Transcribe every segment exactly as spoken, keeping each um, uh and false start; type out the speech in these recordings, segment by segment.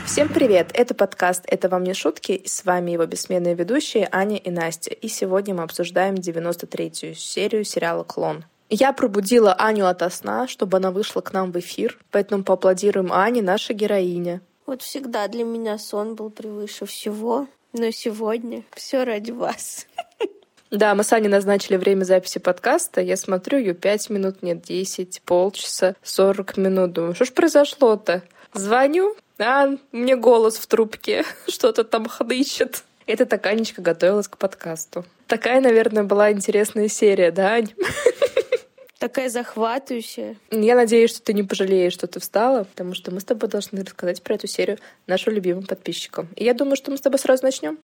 Всем привет! Это подкаст «Это вам не шутки», и с вами его бессменные ведущие Аня и Настя. И сегодня мы обсуждаем девяносто третью серию сериала «Клон». Я пробудила Аню ото сна, чтобы она вышла к нам в эфир, поэтому поаплодируем Ане, наша героиня. Вот всегда для меня сон был превыше всего, но сегодня все ради вас. Да, мы с Аней назначили время записи подкаста. Я смотрю, ее пять минут, нет, десять, полчаса, сорок минут. Думаю, что ж произошло-то? Звоню, а мне голос в трубке, что-то там хнычет. Это так Анечка готовилась к подкасту. Такая, наверное, была интересная серия, да, Ань? Такая захватывающая. Я надеюсь, что ты не пожалеешь, что ты встала, потому что мы с тобой должны рассказать про эту серию нашим любимым подписчикам. И я думаю, что мы с тобой сразу начнем.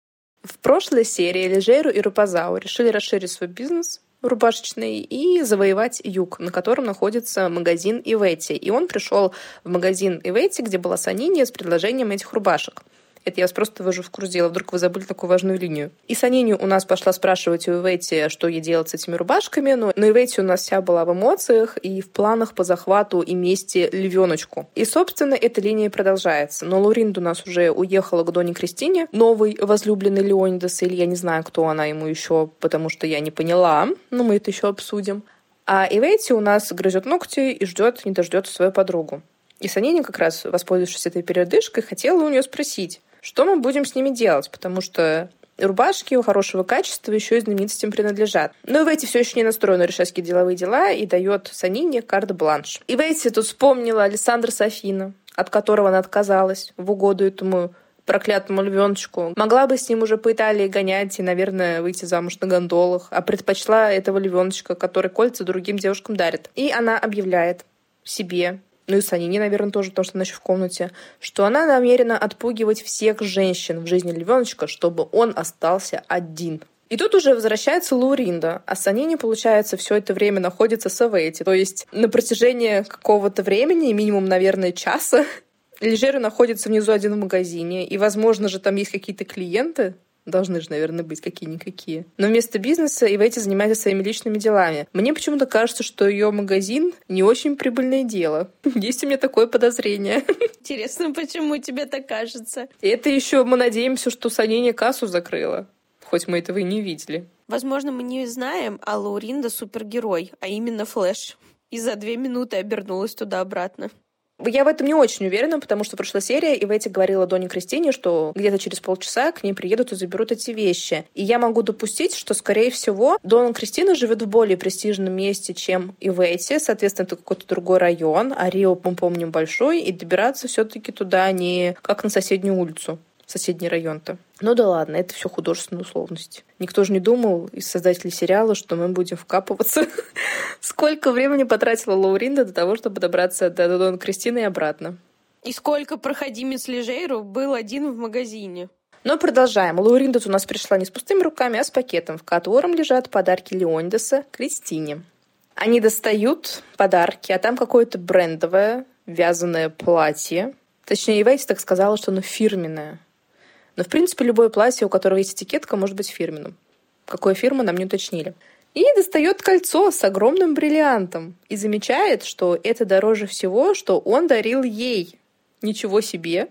В прошлой серии Лежейру и Рупазау решили расширить свой бизнес рубашечный и завоевать юг, на котором находится магазин Иветти. И он пришел в магазин Иветти, где была Санини, с предложением этих рубашек. Это я вас просто ввожу в курс дела, вдруг вы забыли такую важную линию. И Санини у нас пошла спрашивать у Иветти, что ей делать с этими рубашками, но, но Иветти у нас вся была в эмоциях и в планах по захвату и мести львеночку. И, собственно, эта линия продолжается. Но Лоринд у нас уже уехала к Доне Кристине, новой возлюбленной Леонидаса, или я не знаю, кто она ему еще, потому что я не поняла, но мы это еще обсудим. А Иветти у нас грызет ногти и ждет, не дождется свою подругу. И Санини, как раз воспользовавшись этой передышкой, хотела у нее спросить, что мы будем с ними делать, потому что рубашки у хорошего качества еще и знаменитостям принадлежат. Но Иветти все еще не настроена решать какие деловые дела и дает Санине карт-бланш. Иветти тут вспомнила Алессандро Сафино, от которого она отказалась в угоду этому проклятому львеночку. Могла бы с ним уже по Италии гонять и, наверное, выйти замуж на гондолах, а предпочла этого львеночка, который кольца другим девушкам дарит. И она объявляет себе, ну и Санине, наверное, тоже, потому что она еще в комнате, что она намерена отпугивать всех женщин в жизни львеночка, чтобы он остался один. И тут уже возвращается Лоуринда, а Санини, получается, все это время находится с Иветти. То есть на протяжении какого-то времени, минимум, наверное, часа, Лежейру находится внизу один в магазине, и, возможно же, там есть какие-то клиенты, должны же, наверное, быть какие-никакие. Но вместо бизнеса Иветти занимается своими личными делами. Мне почему-то кажется, что ее магазин не очень прибыльное дело. Есть у меня такое подозрение. Интересно, почему тебе так кажется? И это еще мы надеемся, что Санини кассу закрыла. Хоть мы этого и не видели. Возможно, мы не знаем, а Лоуринда супергерой, а именно Флэш. И за две минуты обернулась туда-обратно. Я в этом не очень уверена, потому что прошла серия, и Иветти говорила Доне Кристине, что где-то через полчаса к ней приедут и заберут эти вещи. И я могу допустить, что, скорее всего, Дона Кристина живет в более престижном месте, чем Иветти. Соответственно, это какой-то другой район, а Рио, мы помним, большой, и добираться все-таки туда не как на соседнюю улицу. Соседний район-то. Ну да ладно, это все художественные условности. Никто же не думал из создателей сериала, что мы будем вкапываться. Сколько времени потратила Лоуринда до того, чтобы добраться до Дона Кристины и обратно. И сколько проходимец Лежейру был один в магазине. Но продолжаем. Лоуринда у нас пришла не с пустыми руками, а с пакетом, в котором лежат подарки Леонидаса Кристине. Они достают подарки, а там какое-то брендовое вязаное платье. Точнее, Иветти так сказала, что оно фирменное. Но, в принципе, любое платье, у которого есть этикетка, может быть фирменным. Какой фирмы, нам не уточнили. И достает кольцо с огромным бриллиантом. И замечает, что это дороже всего, что он дарил ей. Ничего себе.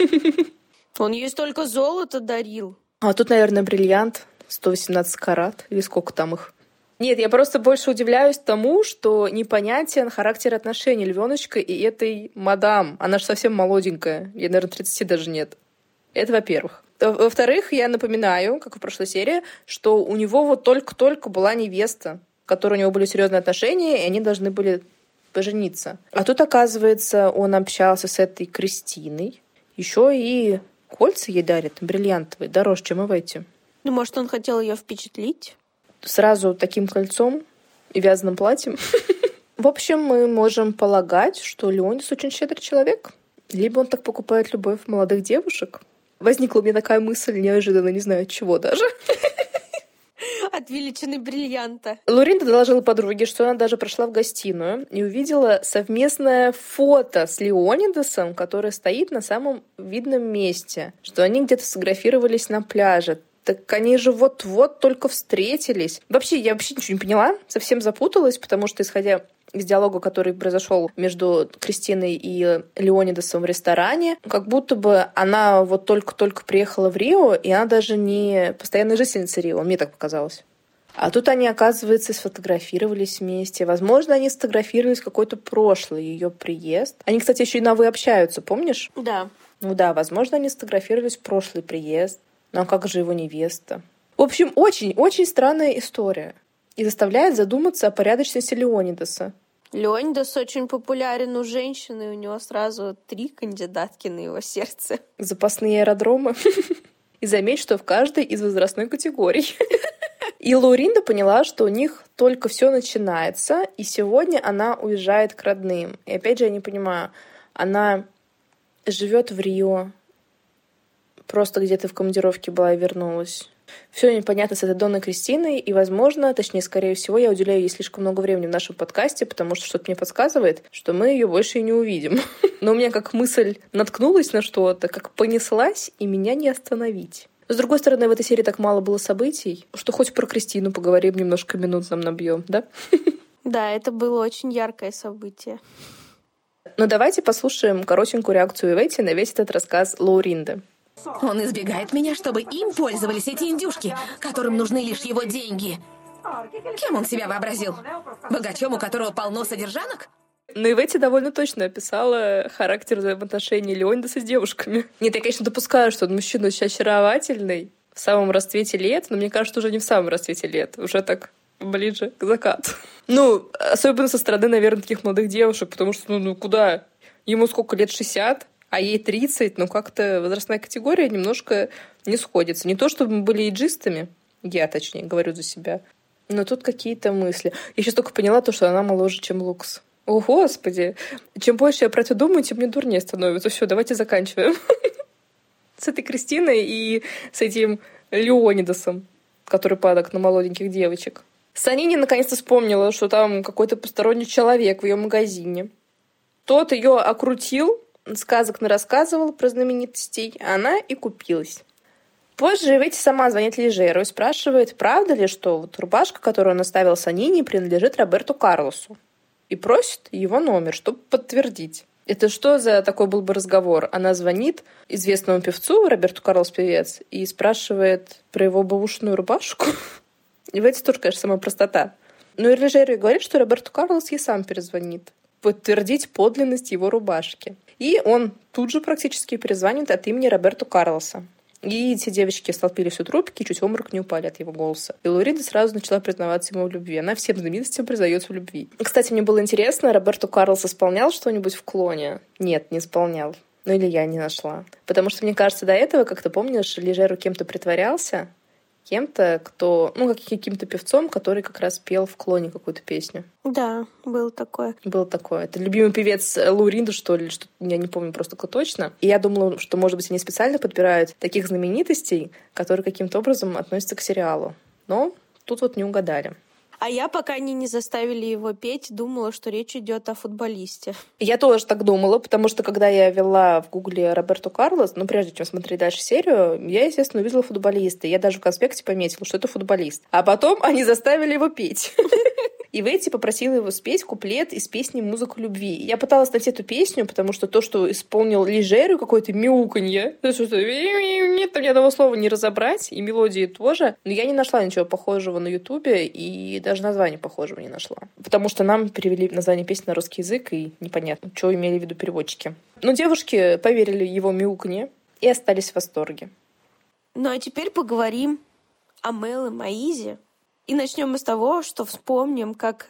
Он ей столько золота дарил. А тут, наверное, бриллиант сто восемнадцать карат. Или сколько там их. Нет, я просто больше удивляюсь тому, что непонятен характер отношений львеночка и этой мадам. Она же совсем молоденькая. Ей, наверное, тридцати даже нет. Это во-первых. Во-вторых, я напоминаю, как в прошлой серии, что у него вот только-только была невеста, с которой у него были серьезные отношения, и они должны были пожениться. А тут, оказывается, он общался с этой Кристиной. Еще и кольца ей дарит, бриллиантовые, дороже, чем Иветти. Ну, может, он хотел ее впечатлить? Сразу таким кольцом и вязаным платьем. В общем, мы можем полагать, что Леонидас очень щедрый человек. Либо он так покупает любовь молодых девушек. Возникла у меня такая мысль, неожиданно, не знаю от чего даже. От величины бриллианта. Лоуринда доложила подруге, что она даже прошла в гостиную и увидела совместное фото с Леонидасом, которое стоит на самом видном месте, что они где-то сфотографировались на пляже. Так они же вот-вот только встретились. Вообще, я вообще ничего не поняла, совсем запуталась, потому что, исходя из диалога, который произошел между Кристиной и Леонидасом в ресторане, как будто бы она вот только-только приехала в Рио, и она даже не постоянная жительница Рио, мне так показалось. А тут они, оказывается, сфотографировались вместе. Возможно, они сфотографировались в какой-то прошлый ее приезд. Они, кстати, еще и на «вы» общаются, помнишь? Да. Ну да, возможно, они сфотографировались в прошлый приезд. Ну а как же его невеста? В общем, очень-очень странная история. И заставляет задуматься о порядочности Леонидаса. Леонидас очень популярен у женщин, и у него сразу три кандидатки на его сердце. Запасные аэродромы. И заметь, что в каждой из возрастной категорий. И Лауринда поняла, что у них только все начинается, и сегодня она уезжает к родным. И опять же, я не понимаю, она живет в Рио, просто где-то в командировке была и вернулась. Все непонятно с этой Донной Кристиной, и, возможно, точнее, скорее всего, я уделяю ей слишком много времени в нашем подкасте, потому что что-то мне подсказывает, что мы ее больше и не увидим. Но у меня как мысль наткнулась на что-то, как понеслась, и меня не остановить. С другой стороны, в этой серии так мало было событий, что хоть про Кристину поговорим, немножко минут нам набьем, да? Да, это было очень яркое событие. Но давайте послушаем коротенькую реакцию Иветти на весь этот рассказ Лауринды. Он избегает меня, чтобы им пользовались эти индюшки, которым нужны лишь его деньги. Кем он себя вообразил? Богачом, у которого полно содержанок? Но Иветти довольно точно описала характер взаимоотношений Леонидаса с девушками. Нет, я, конечно, допускаю, что он мужчина очень очаровательный, в самом расцвете лет, но мне кажется, уже не в самом расцвете лет, уже так ближе к закату. Ну, особенно со стороны, наверное, таких молодых девушек, потому что, ну, ну куда? Ему сколько лет, шестьдесят? А ей тридцать, ну как-то возрастная категория немножко не сходится. Не то, чтобы мы были эйджистами, я, точнее, говорю за себя, но тут какие-то мысли. Я сейчас только поняла то, что она моложе, чем Лукас. О, Господи! Чем больше я про это думаю, тем мне дурнее становится. Все, давайте заканчиваем. С этой Кристиной и с этим Леонидасом, который падок на молоденьких девочек. Санини наконец-то вспомнила, что там какой-то посторонний человек в ее магазине. Тот ее окрутил, сказок нарассказывал про знаменитостей, а она и купилась. Позже Иветти сама звонит Лежеру и спрашивает, правда ли, что вот рубашка, которую он оставил Санини, принадлежит Роберту Карлосу. И просит его номер, чтобы подтвердить. Это что за такой был бы разговор? Она звонит известному певцу, Роберту Карлос певец, и спрашивает про его бэушную рубашку. Иветти тоже, конечно, сама простота. Но и Лежеру говорит, что Роберту Карлос ей сам перезвонит. Подтвердить подлинность его рубашки. И он тут же практически перезвонит от имени Роберту Карлоса. И эти девочки столпились у трубки и чуть в обморок не упали от его голоса. И Лауринда сразу начала признаваться ему в любви. Она всем знаменитостям признается в любви. Кстати, мне было интересно, Роберту Карлос исполнял что-нибудь в «Клоне»? Нет, не исполнял. Ну или я не нашла. Потому что, мне кажется, до этого, как ты помнишь, Лежеру кем-то притворялся, кем-то, кто, ну, как каким-то певцом, который как раз пел в «Клоне» какую-то песню. Да, было такое. Было такое. Это любимый певец Лауринды, что ли, что я не помню просто кто точно. И я думала, что, может быть, они специально подбирают таких знаменитостей, которые каким-то образом относятся к сериалу. Но тут вот не угадали. А я, пока они не заставили его петь, думала, что речь идет о футболисте. Я тоже так думала, потому что, когда я ввела в гугле Роберту Карлос, ну, прежде чем смотреть дальше серию, я, естественно, увидела футболиста. Я даже в конспекте пометила, что это футболист. А потом они заставили его петь. И Иветти попросила его спеть куплет из песни «Музыка любви». Я пыталась найти эту песню, потому что то, что исполнил Лежеру, какое-то мяуканье, то, что нет, там ни одного слова не разобрать, и мелодии тоже. Но я не нашла ничего похожего на Ютубе, и даже названия похожего не нашла. Потому что нам перевели название песни на русский язык, и непонятно, что имели в виду переводчики. Но девушки поверили его мяуканье и остались в восторге. Ну а теперь поговорим о Мел и Маизе. И начнем мы с того, что вспомним, как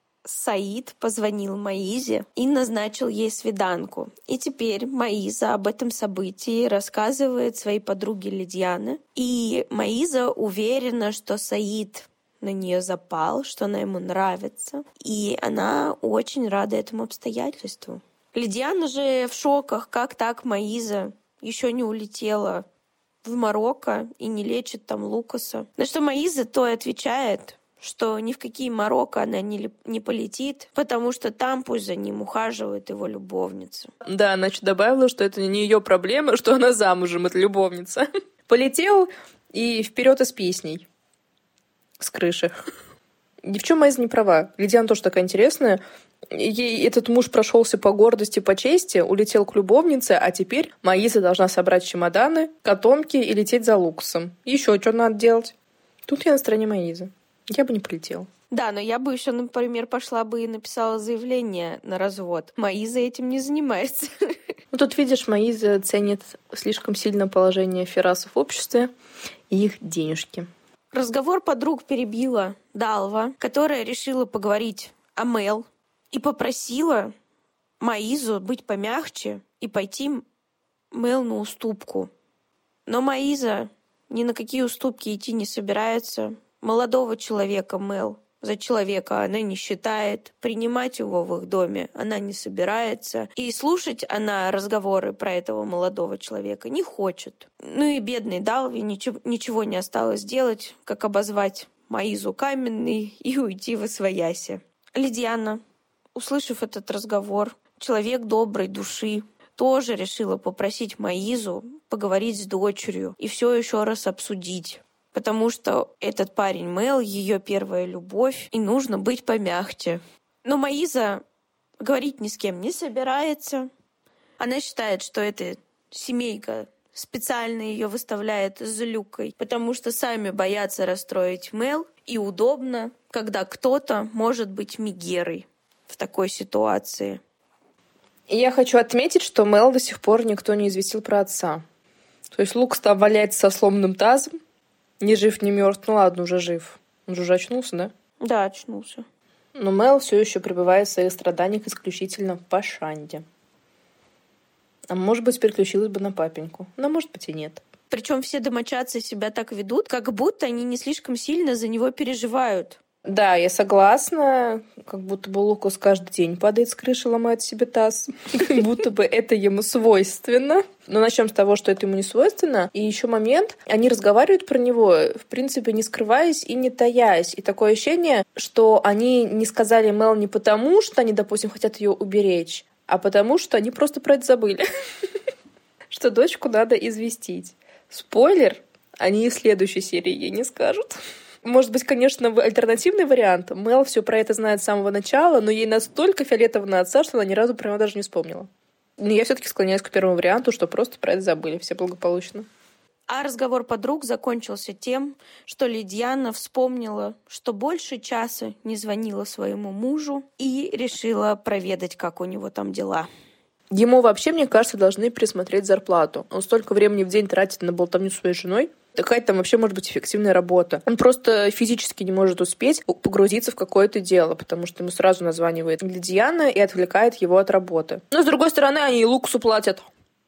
Саид позвонил Маизе и назначил ей свиданку. И теперь Маиза об этом событии рассказывает своей подруге Лидиане. И Маиза уверена, что Саид на нее запал, что она ему нравится. И она очень рада этому обстоятельству. Лидиана же в шоках, как так Маиза еще не улетела в Марокко и не лечит там Лукаса. На что Маиза то и отвечает, что ни в какие Марокко она не, не полетит, потому что там пусть за ним ухаживает его любовница. Да, она еще добавила, что это не ее проблема, что она замужем, это любовница. Полетел и вперед из песней. С крыши. Ни в чем Маиза не права. Лидиана тоже такая интересная. Ей этот муж прошелся по гордости, по чести, улетел к любовнице, а теперь Маиза должна собрать чемоданы, котомки и лететь за Лукасом. Еще что надо делать? Тут я на стороне Маизы. Я бы не полетела. Да, но я бы еще, например, пошла бы и написала заявление на развод. Маиза этим не занимается. Ну, тут, видишь, Маиза ценит слишком сильно положение Ферасов в обществе и их денежки. Разговор подруг перебила Далва, которая решила поговорить о Мел и попросила Маизу быть помягче и пойти Мел на уступку. Но Маиза ни на какие уступки идти не собирается. Молодого человека Мел за человека она не считает, принимать его в их доме она не собирается, и слушать она разговоры про этого молодого человека не хочет. Ну и бедной Далве ничего, ничего не осталось делать, как обозвать Маизу каменной и уйти восвояси. Лидиана, услышав этот разговор, человек доброй души, тоже решила попросить Маизу поговорить с дочерью и все еще раз обсудить. Потому что этот парень Мел — ее первая любовь, и нужно быть помягче. Но Маиза говорить ни с кем не собирается. Она считает, что эта семейка специально ее выставляет за люкой, потому что сами боятся расстроить Мел, и удобно, когда кто-то может быть мегерой в такой ситуации. И я хочу отметить, что Мел до сих пор никто не известил про отца. То есть Лукас там валяется со сломанным тазом, ни жив, ни мертв. Ну ладно, уже жив. Он же уже очнулся, да? Да, очнулся. Но Мел все еще пребывает в своих страданиях исключительно по Шанде. А может быть, переключилась бы на папеньку. Но может быть и нет. Причем все домочадцы себя так ведут, как будто они не слишком сильно за него переживают. Да, я согласна. Как будто бы Лукас каждый день падает с крыши, ломает себе таз. Как будто бы это ему свойственно. Но начнем с того, что это ему не свойственно. И еще момент. Они разговаривают про него, в принципе, не скрываясь и не таясь. И такое ощущение, что они не сказали Мел не потому, что они, допустим, хотят ее уберечь, а потому, что они просто про это забыли. Что дочку надо известить. Спойлер, они и в следующей серии ей не скажут. Может быть, конечно, альтернативный вариант. Мел все про это знает с самого начала, но ей настолько фиолетово на отца, что она ни разу про него даже не вспомнила. Но я все-таки склоняюсь к первому варианту, что просто про это забыли, все благополучно. А разговор подруг закончился тем, что Лидиана вспомнила, что больше часа не звонила своему мужу и решила проведать, как у него там дела. Ему вообще, мне кажется, должны присмотреть зарплату. Он столько времени в день тратит на болтовню с своей женой. Какая там вообще может быть эффективная работа? Он просто физически не может успеть погрузиться в какое-то дело, потому что ему сразу названивает Лидиана и отвлекает его от работы. Но, с другой стороны, они и Лукасу платят.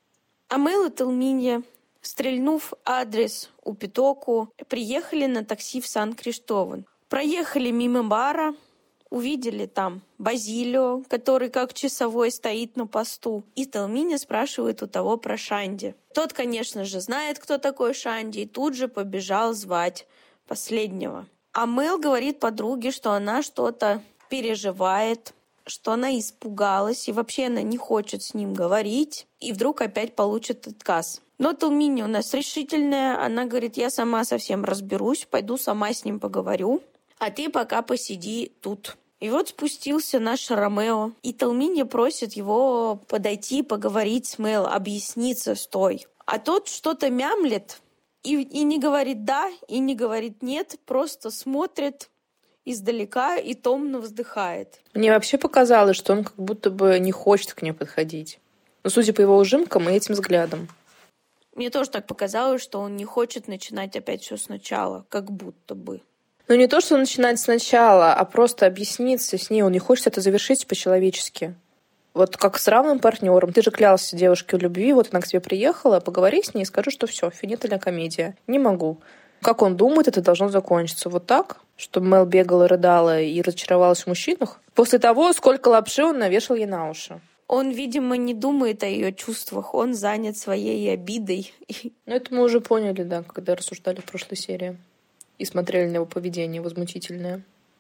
А Мел и Телминья, стрельнув адрес у Питоку, приехали на такси в Сан-Криштован. Проехали мимо бара, увидели там Базилио, который как часовой стоит на посту. И Телминья спрашивает у того про Шанди. Тот, конечно же, знает, кто такой Шанди, и тут же побежал звать последнего. А Мел говорит подруге, что она что-то переживает, что она испугалась, и вообще она не хочет с ним говорить, и вдруг опять получит отказ. Но Телминья у нас решительная, она говорит, я сама совсем разберусь, пойду сама с ним поговорю, а ты пока посиди тут. И вот спустился наш Ромео, и Телминья просит его подойти, поговорить с Мел, объясниться с той. А тот что-то мямлет и, и не говорит «да», и не говорит «нет», просто смотрит издалека и томно вздыхает. Мне вообще показалось, что он как будто бы не хочет к ней подходить. Но судя по его ужимкам и этим взглядам. Мне тоже так показалось, что он не хочет начинать опять все сначала, как будто бы. Ну, не то, что начинать сначала, а просто объясниться с ней. Он не хочет это завершить по-человечески. Вот как с равным партнером. Ты же клялся девушке в любви, вот она к тебе приехала, поговори с ней и скажи, что все, финита ля комедия. Не могу. Как он думает, это должно закончиться вот так, чтобы Мел бегала, рыдала и разочаровалась в мужчинах? После того, сколько лапши он навешал ей на уши. Он, видимо, не думает о ее чувствах, он занят своей обидой. Ну, это мы уже поняли, да, когда рассуждали в прошлой серии. И смотрели на его поведение возмутительное.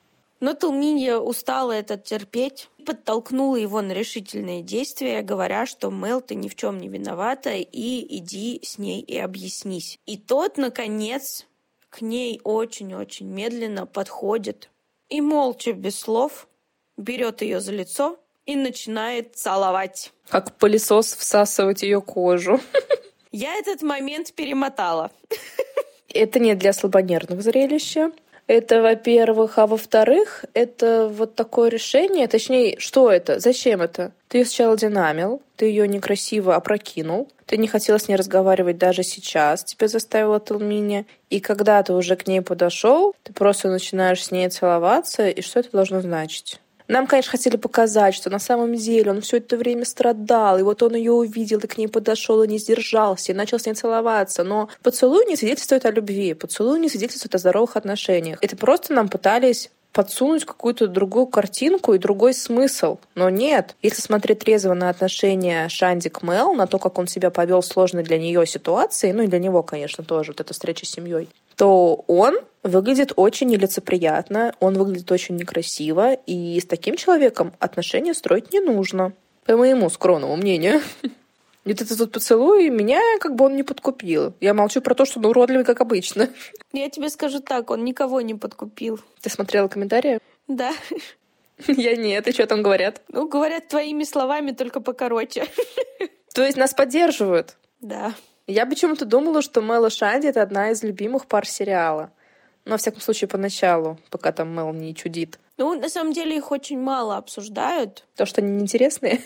Но Телминья устала это терпеть, подтолкнула его на решительные действия, говоря, что Мел, ты ни в чем не виновата, и иди с ней и объяснись. И тот, наконец, к ней очень-очень медленно подходит и молча, без слов, берет ее за лицо и начинает целовать. Как пылесос всасывать ее кожу. Я этот момент перемотала. Это не для слабонервных зрелища. Это, во-первых. А во-вторых, это вот такое решение. Точнее, что это? Зачем это? Ты ее сначала динамил, ты ее некрасиво опрокинул, ты не хотела с ней разговаривать даже сейчас, тебя заставила Телминя. И когда ты уже к ней подошел, ты просто начинаешь с ней целоваться. И что это должно значить? Нам, конечно, хотели показать, что на самом деле он все это время страдал, и вот он ее увидел, и к ней подошел, и не сдержался, и начал с ней целоваться. Но поцелуй не свидетельствует о любви, поцелуй не свидетельствует о здоровых отношениях. Это просто нам пытались подсунуть какую-то другую картинку и другой смысл. Но нет. Если смотреть трезво на отношения Шанди к Мел, на то, как он себя повел в сложной для нее ситуации, ну и для него, конечно, тоже, вот эта встреча с семьей, то он выглядит очень нелицеприятно, он выглядит очень некрасиво, и с таким человеком отношения строить не нужно, по моему скромному мнению. И вот этот вот поцелуй меня как бы он не подкупил. Я молчу про то, что он уродливый, как обычно. Я тебе скажу так, он никого не подкупил. Ты смотрела комментарии? Да. Я нет. И что там говорят? Ну, говорят твоими словами, только покороче. То есть нас поддерживают? Да. Я почему-то думала, что Мел и Шанди — это одна из любимых пар сериала. Ну, во всяком случае, поначалу, пока там Мел не чудит. Ну, на самом деле, их очень мало обсуждают. То, что они неинтересные?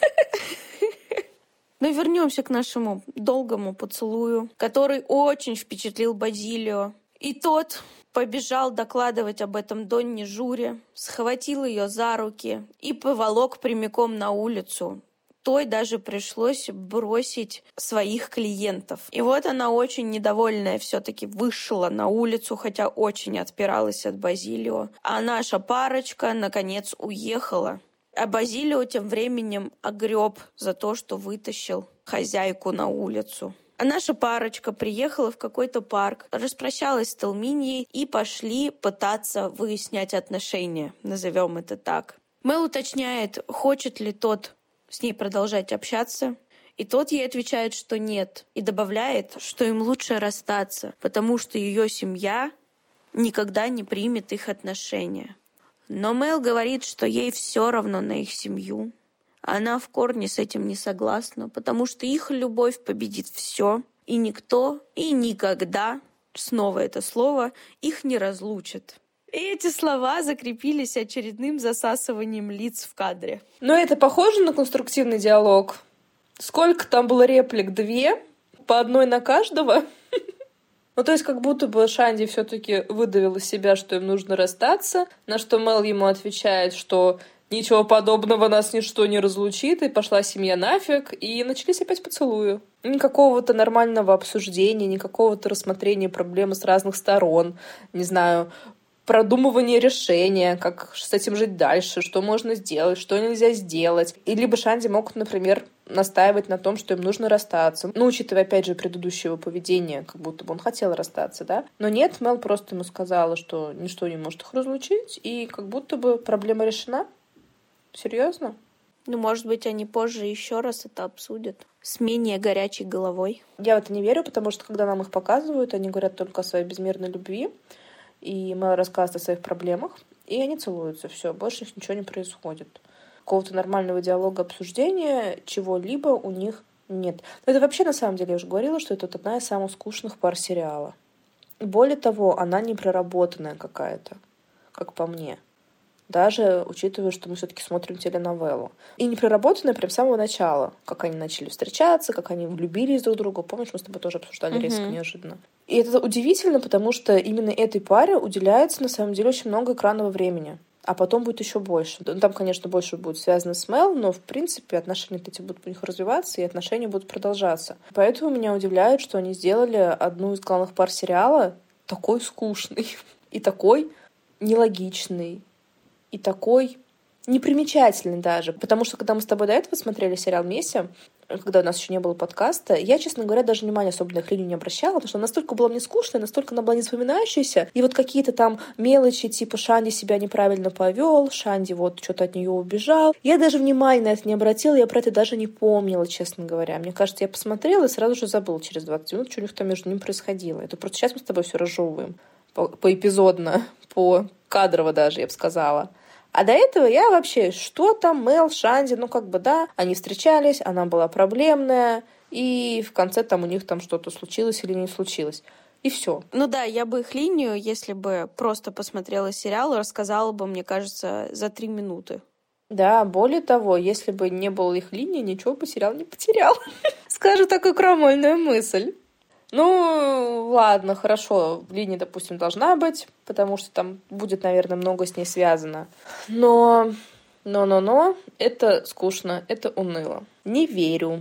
Но вернемся к нашему долгому поцелую, который очень впечатлил Базилио. И тот побежал докладывать об этом Донне Журе, схватил ее за руки и поволок прямиком на улицу. Той даже пришлось бросить своих клиентов. И вот она, очень недовольная, все-таки вышла на улицу, хотя очень отпиралась от Базилио. А наша парочка, наконец, уехала. А Базилио тем временем огреб за то, что вытащил хозяйку на улицу. А наша парочка приехала в какой-то парк, распрощалась с Телминьей и пошли пытаться выяснять отношения, назовем это так. Мел уточняет, хочет ли тот с ней продолжать общаться, и тот ей отвечает, что нет, и добавляет, что им лучше расстаться, потому что ее семья никогда не примет их отношения. Но Мел говорит, что ей все равно на их семью. Она в корне с этим не согласна, потому что их любовь победит все, и никто и никогда, снова это слово, их не разлучит. И эти слова закрепились очередным засасыванием лиц в кадре. Но это похоже на конструктивный диалог? Сколько там было реплик? Две? По одной на каждого? Ну, то есть, как будто бы Шанди все-таки выдавил из себя, что им нужно расстаться, на что Мел ему отвечает, что ничего подобного, нас ничто не разлучит, и пошла семья нафиг, и начались опять поцелуи. Никакого-то нормального обсуждения, никакого-то рассмотрения проблемы с разных сторон, не знаю, продумывание решения, как с этим жить дальше, что можно сделать, что нельзя сделать. И либо Шанди могут, например, настаивать на том, что им нужно расстаться. Ну, учитывая, опять же, предыдущего поведения, как будто бы он хотел расстаться, да? Но нет, Мел просто ему сказала, что ничто не может их разлучить, и как будто бы проблема решена. Серьезно? Ну, может быть, они позже еще раз это обсудят. С менее горячей головой. Я в это не верю, потому что, когда нам их показывают, они говорят только о своей безмерной любви, и Мел рассказывает о своих проблемах, и они целуются. Все, больше их ничего не происходит. Какого-то нормального диалога, обсуждения, чего-либо у них нет. Но это вообще, на самом деле, я уже говорила, что это вот одна из самых скучных пар сериала. И более того, она не проработанная какая-то, как по мне. Даже учитывая, что мы все-таки смотрим теленовеллу. И не проработанная прям с самого начала. Как они начали встречаться, как они влюбились друг в друга. Помнишь, мы с тобой тоже обсуждали uh-huh. резко, неожиданно. И это удивительно, потому что именно этой паре уделяется, на самом деле, очень много экранного времени. А потом будет еще больше. Там, конечно, больше будет связано с Мел, но, в принципе, отношения эти будут у них развиваться, и отношения будут продолжаться. Поэтому меня удивляет, что они сделали одну из главных пар сериала такой скучной и такой нелогичной, и такой непримечательный даже. Потому что, когда мы с тобой до этого смотрели сериал вместе, когда у нас еще не было подкаста, я, честно говоря, даже внимания особо на их линию не обращала, потому что она настолько была мне скучная, настолько она была не запоминающаяся. И вот какие-то там мелочи, типа Шанди себя неправильно повел, Шанди вот что-то от нее убежал. Я даже внимания на это не обратила, я про это даже не помнила, честно говоря. Мне кажется, я посмотрела и сразу же забыла через двадцать минут, что у них там между ними происходило. Это просто сейчас мы с тобой все разжевываем поэпизодно, по закадрово даже, я бы сказала. А до этого я вообще, что там, Мел, Шанди, ну как бы да, они встречались, она была проблемная, и в конце там у них там что-то случилось или не случилось. И все. Ну да, я бы их линию, если бы просто посмотрела сериал, рассказала бы, мне кажется, за три минуты. Да, более того, если бы не было их линии, ничего бы сериал не потерял. Скажу такую крамольную мысль. Ну, ладно, хорошо, линия, допустим, должна быть, потому что там будет, наверное, много с ней связано. Но, но-но-но, это скучно, это уныло. Не верю.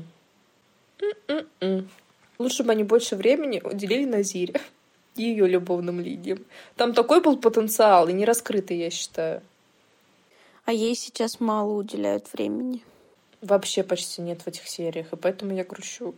М-м-м. Лучше бы они больше времени уделили Назире и ее любовным линиям. Там такой был потенциал, и не раскрытый, я считаю. А ей сейчас мало уделяют времени. Вообще почти нет в этих сериях, и поэтому я грущу.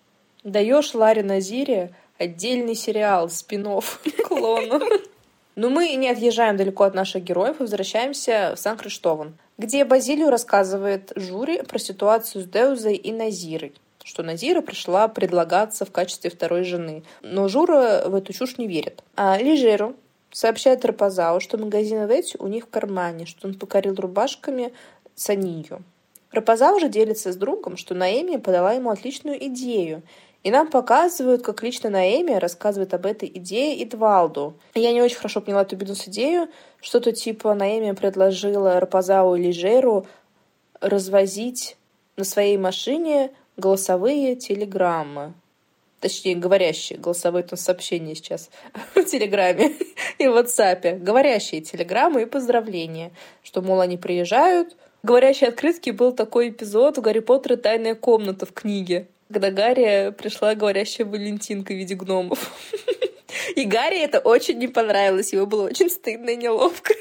Даешь Ларе Назире отдельный сериал, спин-офф, клону. Но мы не отъезжаем далеко от наших героев и возвращаемся в Сан-Криштован, где Базилио рассказывает Журе про ситуацию с Деузой и Назирой, что Назира пришла предлагаться в качестве второй жены. Но Жура в эту чушь не верит. А Лежеру сообщает Рапазау, что магазин Ветти у них в кармане, что он покорил рубашками Санию. Рапазау же делится с другом, что Наэми подала ему отличную идею. И нам показывают, как лично Наэми рассказывает об этой идее Эдвалду. Я не очень хорошо поняла эту бизнес-идею. Что-то типа Наэми предложила Рапазау и Лежеру развозить на своей машине голосовые телеграммы. Точнее, говорящие голосовые там сообщения сейчас в Телеграме и в WhatsApp. Говорящие телеграммы и поздравления. Что, мол, они приезжают. Говорящие открытки был такой эпизод в «Гарри Поттер и тайная комната» в книге, когда Гарри пришла говорящая Валентинка в виде гномов. И Гарри это очень не понравилось. Его было очень стыдно и неловко.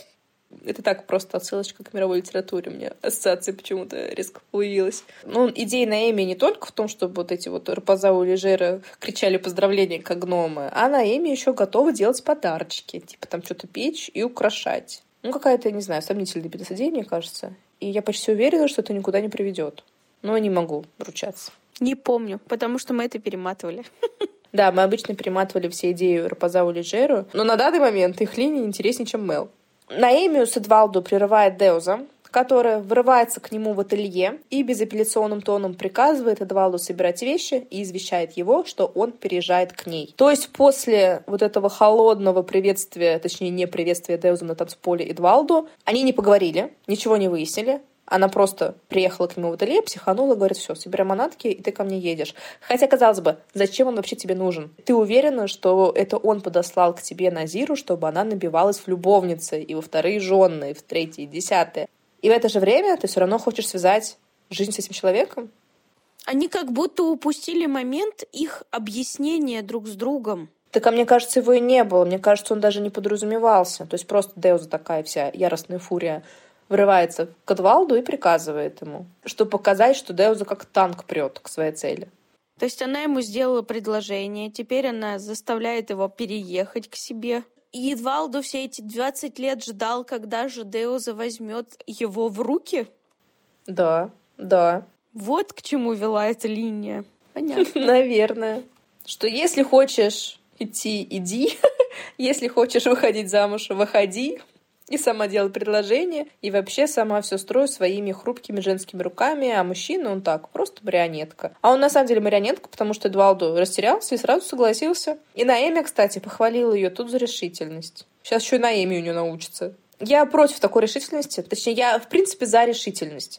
Это так, просто отсылочка к мировой литературе. У меня ассоциация почему-то резко появилась. Ну, идея Наэми не только в том, чтобы вот эти вот Рапазау и Лежера кричали поздравления, как гномы, а Наэми еще готова делать подарочки. Типа там что-то печь и украшать. Ну, какая-то, не знаю, сомнительная бизнес-идея, мне кажется. И я почти уверена, что это никуда не приведет. Но не могу ручаться. Не помню, потому что мы это перематывали. Да, мы обычно перематывали все идеи Рапазау и Лежеру, но на данный момент их линия интереснее, чем Мел. Наэмию с Эдвалду прерывает Деуза, которая врывается к нему в ателье и безапелляционным тоном приказывает Эдвалду собирать вещи и извещает его, что он переезжает к ней. То есть после вот этого холодного приветствия, точнее не приветствия Деуза на танцполе Эдвалду, они не поговорили, ничего не выяснили. Она просто приехала к нему в ателье, психанула, говорит: все, собирай манатки, и ты ко мне едешь. Хотя, казалось бы, зачем он вообще тебе нужен? Ты уверена, что это он подослал к тебе Назиру, чтобы она набивалась в любовницы, и во вторые жены, и в третьи, и десятые. И в это же время ты все равно хочешь связать жизнь с этим человеком? Они как будто упустили момент их объяснения друг с другом. Так, а мне кажется, его и не было. Мне кажется, он даже не подразумевался. То есть просто Деуза такая вся яростная фурия врывается к Эдвалду и приказывает ему, чтобы показать, что Деуза как танк прет к своей цели. То есть она ему сделала предложение, теперь она заставляет его переехать к себе. И Эдвалду все эти двадцать лет ждал, когда же Деуза возьмет его в руки? Да, да. Вот к чему вела эта линия. Понятно. Наверное. Что если хочешь идти, иди. Если хочешь выходить замуж, выходи. И сама делай предложение, и вообще сама все строю своими хрупкими женскими руками, а мужчина, он так, просто марионетка. А он на самом деле марионетка, потому что Эдвалду растерялся и сразу согласился. И Наэми, кстати, похвалила ее тут за решительность. Сейчас еще и Наэми у нее научится. Я против такой решительности, точнее, я, в принципе, за решительность,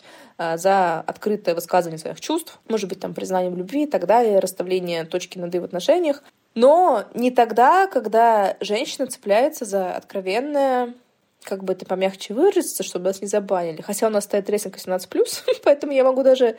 за открытое высказывание своих чувств, может быть, там, признание в любви и так далее, расставление точки над «и» в отношениях, но не тогда, когда женщина цепляется за откровенное, как бы это помягче выразиться, чтобы нас не забанили. Хотя у нас стоит рейтинг восемнадцать плюс, поэтому я могу даже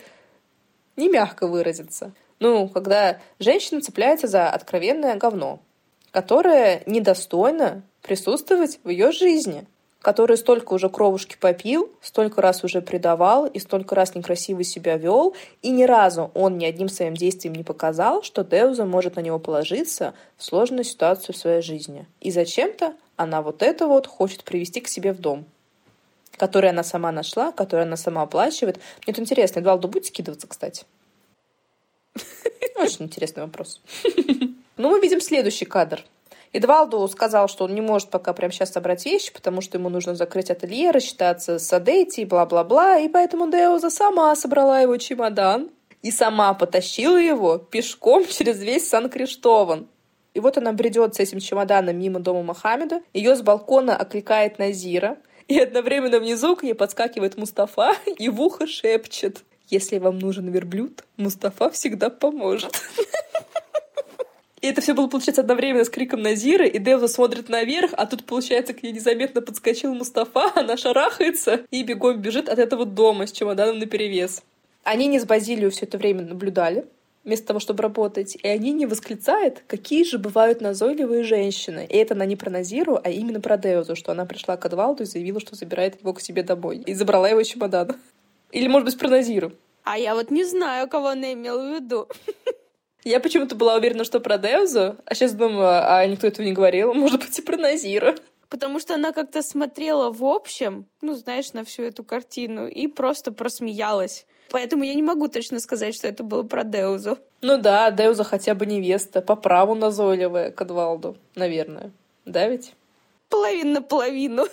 не мягко выразиться. Ну, когда женщина цепляется за откровенное говно, которое недостойно присутствовать в ее жизни, который столько уже кровушки попил, столько раз уже предавал и столько раз некрасиво себя вел, и ни разу он ни одним своим действием не показал, что Деуза может на него положиться в сложную ситуацию в своей жизни. И зачем-то она вот это вот хочет привести к себе в дом, который она сама нашла, который она сама оплачивает. Мне это интересно, Эдвалду будет скидываться, кстати? Очень интересный вопрос. Ну, мы видим следующий кадр. Эдвалду сказал, что он не может пока прямо сейчас собрать вещи, потому что ему нужно закрыть ателье, рассчитаться с Адетти, бла-бла-бла, и поэтому Деуза сама собрала его чемодан и сама потащила его пешком через весь Сан-Криштован. И вот она бредет с этим чемоданом мимо дома Мохаммеда, ее с балкона окликает Назира, и одновременно внизу к ней подскакивает Мустафа и в ухо шепчет: «Если вам нужен верблюд, Мустафа всегда поможет». И это все было, получается, одновременно с криком Назира, и Деуза смотрит наверх, а тут, получается, к ней незаметно подскочил Мустафа, она шарахается и бегом бежит от этого дома с чемоданом наперевес. Они не с Базилио все это время наблюдали, вместо того, чтобы работать, и они не восклицают, какие же бывают назойливые женщины. И это она не про Назиру, а именно про Деузу, что она пришла к Эдвалду и заявила, что забирает его к себе домой. И забрала его чемодан. Или, может быть, про Назиру. А я вот не знаю, кого она имела в виду. Я почему-то была уверена, что про Деузу, а сейчас думаю, а никто этого не говорил. Может быть, и про Назиру. Потому что она как-то смотрела в общем, ну, знаешь, на всю эту картину и просто просмеялась. Поэтому я не могу точно сказать, что это было про Деузу. Ну да, Деуза хотя бы невеста, по праву назойливая к Эдвалду, наверное. Да ведь? Половина на половину.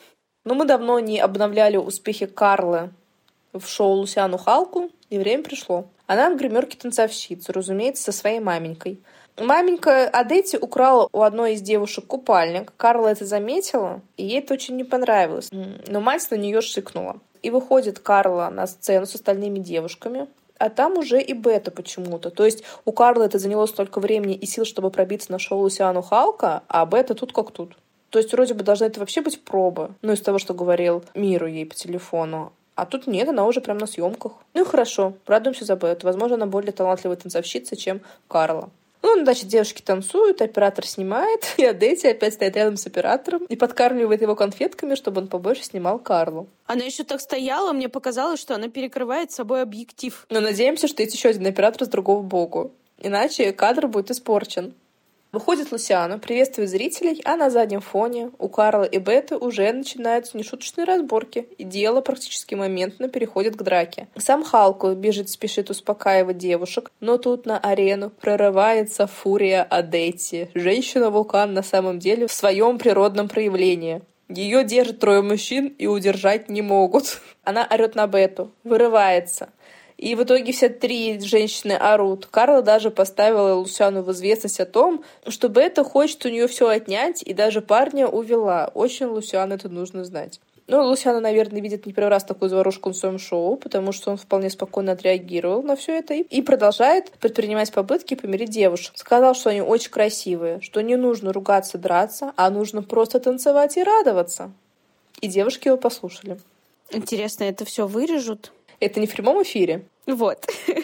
Но мы давно не обновляли успехи Карлы в шоу «Лусиану Халку», и время пришло. Она в гримерке танцовщицы, разумеется, со своей маменькой. Маменька Адетти украла у одной из девушек купальник. Карла это заметила, и ей это очень не понравилось. Но мать на нее шикнула. И выходит Карла на сцену с остальными девушками, а там уже и Бета почему-то. То есть у Карлы это заняло столько времени и сил, чтобы пробиться на шоу «Лусиану Халка», а Бета тут как тут. То есть вроде бы должна это вообще быть проба. Ну, из того, что говорил Миру ей по телефону. А тут нет, она уже прям на съемках. Ну и хорошо, радуемся за Бету. Возможно, она более талантливая танцовщица, чем Карла. Ну, значит, девушки танцуют, оператор снимает, и Адетти опять стоит рядом с оператором и подкармливает его конфетками, чтобы он побольше снимал Карлу. Она еще так стояла, мне показалось, что она перекрывает собой объектив. Но надеемся, что есть еще один оператор с другого боку. Иначе кадр будет испорчен. Выходит Лусиана, приветствует зрителей, а на заднем фоне у Карлы и Беты уже начинаются нешуточные разборки, и дело практически моментно переходит к драке. Сам Халку бежит, спешит успокаивать девушек, но тут на арену прорывается фурия Адетти. Женщина-вулкан на самом деле в своем природном проявлении. Ее держат трое мужчин и удержать не могут. Она орет на Бету, вырывается. И в итоге все три женщины орут. Карла даже поставила Лусиану в известность о том, что Бета хочет у нее все отнять, и даже парня увела. Очень Лусиану это нужно знать. Ну, Лусиана, наверное, видит не первый раз такую заварушку на своем шоу, потому что он вполне спокойно отреагировал на все это и продолжает предпринимать попытки помирить девушек. Сказал, что они очень красивые, что не нужно ругаться, драться, а нужно просто танцевать и радоваться. И девушки его послушали. Интересно, это все вырежут? Это не в прямом эфире? Вот.